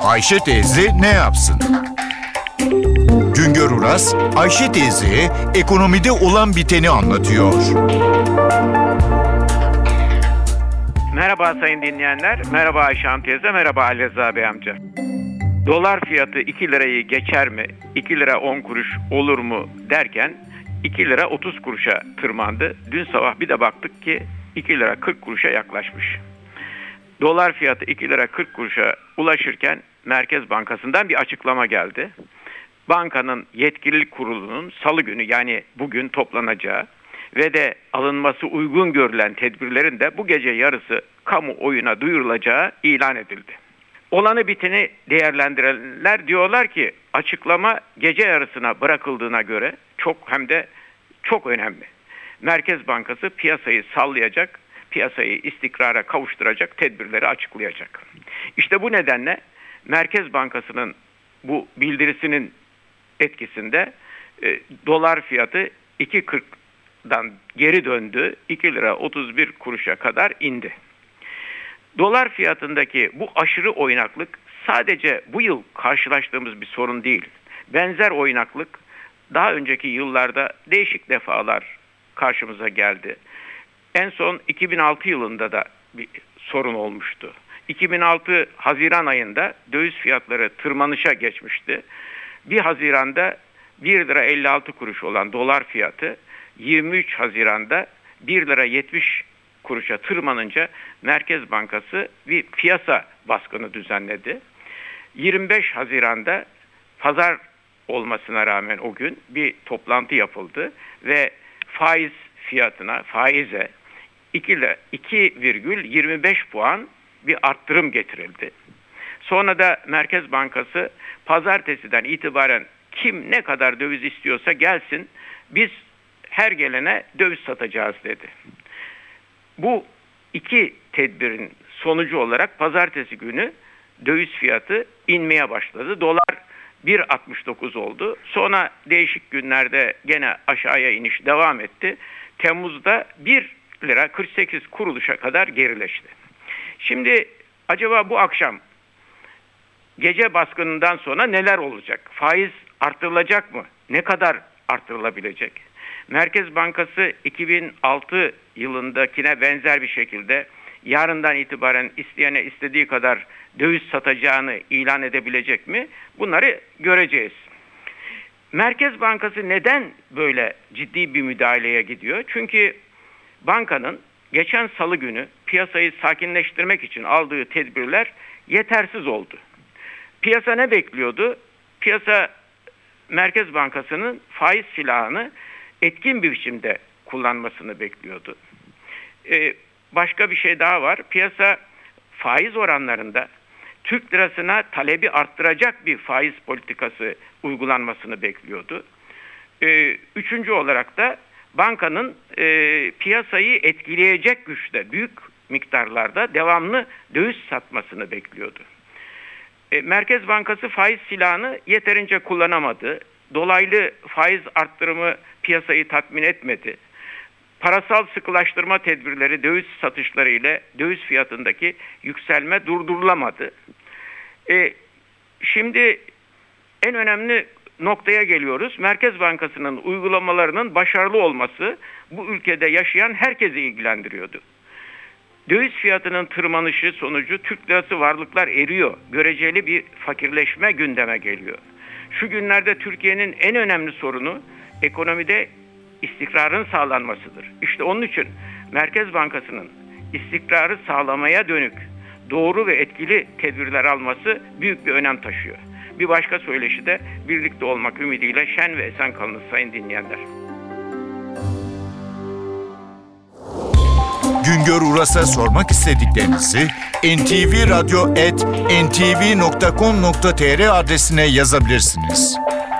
Ayşe teyze ne yapsın? Güngör Uras, Ayşe teyzeye ekonomide olan biteni anlatıyor. Merhaba sayın dinleyenler, merhaba Ayşe Hanım teyze, merhaba Ali Rıza Bey amca. Dolar fiyatı 2 lirayı geçer mi, 2 lira 10 kuruş olur mu derken 2 lira 30 kuruşa tırmandı. Dün sabah bir de baktık ki 2 lira 40 kuruşa yaklaşmış. Dolar fiyatı 2 lira 40 kuruşa ulaşırken Merkez Bankası'ndan bir açıklama geldi. Bankanın yetkililik kurulunun salı günü yani bugün toplanacağı ve de alınması uygun görülen tedbirlerin de bu gece yarısı kamuoyuna duyurulacağı ilan edildi. Olanı biteni değerlendirenler diyorlar ki açıklama gece yarısına bırakıldığına göre hem de çok önemli. Merkez Bankası piyasayı sallayacak, piyasayı istikrara kavuşturacak tedbirleri açıklayacak. İşte bu nedenle Merkez Bankası'nın bu bildirisinin etkisinde dolar fiyatı 2.40'dan geri döndü. 2 lira 31 kuruşa kadar indi. Dolar fiyatındaki bu aşırı oynaklık sadece bu yıl karşılaştığımız bir sorun değil. Benzer oynaklık daha önceki yıllarda değişik defalar karşımıza geldi. En son 2006 yılında da bir sorun olmuştu. 2006 Haziran ayında döviz fiyatları tırmanışa geçmişti. 1 Haziran'da 1 lira 56 kuruş olan dolar fiyatı 23 Haziran'da 1 lira 70 kuruşa tırmanınca Merkez Bankası bir piyasa baskını düzenledi. 25 Haziran'da pazar olmasına rağmen o gün bir toplantı yapıldı ve faize 2,25 puan bir arttırım getirildi. Sonra da Merkez Bankası pazartesiden itibaren kim ne kadar döviz istiyorsa gelsin, biz her gelene döviz satacağız dedi. Bu iki tedbirin sonucu olarak pazartesi günü döviz fiyatı inmeye başladı. Dolar 1.69 oldu. Sonra değişik günlerde gene aşağıya iniş devam etti. Temmuz'da 1 lira 48 kuruluşa kadar gerileşti. Şimdi acaba bu akşam gece baskınından sonra neler olacak? Faiz artırılacak mı? Ne kadar artırılabilecek? Merkez Bankası 2006 yılındakine benzer bir şekilde yarından itibaren isteyene istediği kadar döviz satacağını ilan edebilecek mi? Bunları göreceğiz. Merkez Bankası neden böyle ciddi bir müdahaleye gidiyor? Çünkü bankanın geçen salı günü piyasayı sakinleştirmek için aldığı tedbirler yetersiz oldu. Piyasa ne bekliyordu? Piyasa Merkez Bankası'nın faiz silahını etkin bir biçimde kullanmasını bekliyordu. Başka bir şey daha var. Piyasa faiz oranlarında Türk lirasına talebi arttıracak bir faiz politikası uygulanmasını bekliyordu. Üçüncü olarak da bankanın piyasayı etkileyecek güçte büyük miktarlarda devamlı döviz satmasını bekliyordu. Merkez Bankası faiz silahını yeterince kullanamadı. Dolaylı faiz arttırımı piyasayı tatmin etmedi. Parasal sıkılaştırma tedbirleri döviz satışları ile döviz fiyatındaki yükselme durdurulamadı. Şimdi en önemli noktaya geliyoruz. Merkez Bankası'nın uygulamalarının başarılı olması bu ülkede yaşayan herkesi ilgilendiriyordu. Döviz fiyatının tırmanışı sonucu Türk lirası varlıklar eriyor. Göreceli bir fakirleşme gündeme geliyor. Şu günlerde Türkiye'nin en önemli sorunu ekonomide istikrarın sağlanmasıdır. İşte onun için Merkez Bankası'nın istikrarı sağlamaya dönük doğru ve etkili tedbirler alması büyük bir önem taşıyor. Bir başka söyleşi de birlikte olmak ümidiyle şen ve esen kalınız sayın dinleyenler. Güngör Uras'a sormak istediklerinizi ntvradyo@ntv.com.tr adresine yazabilirsiniz.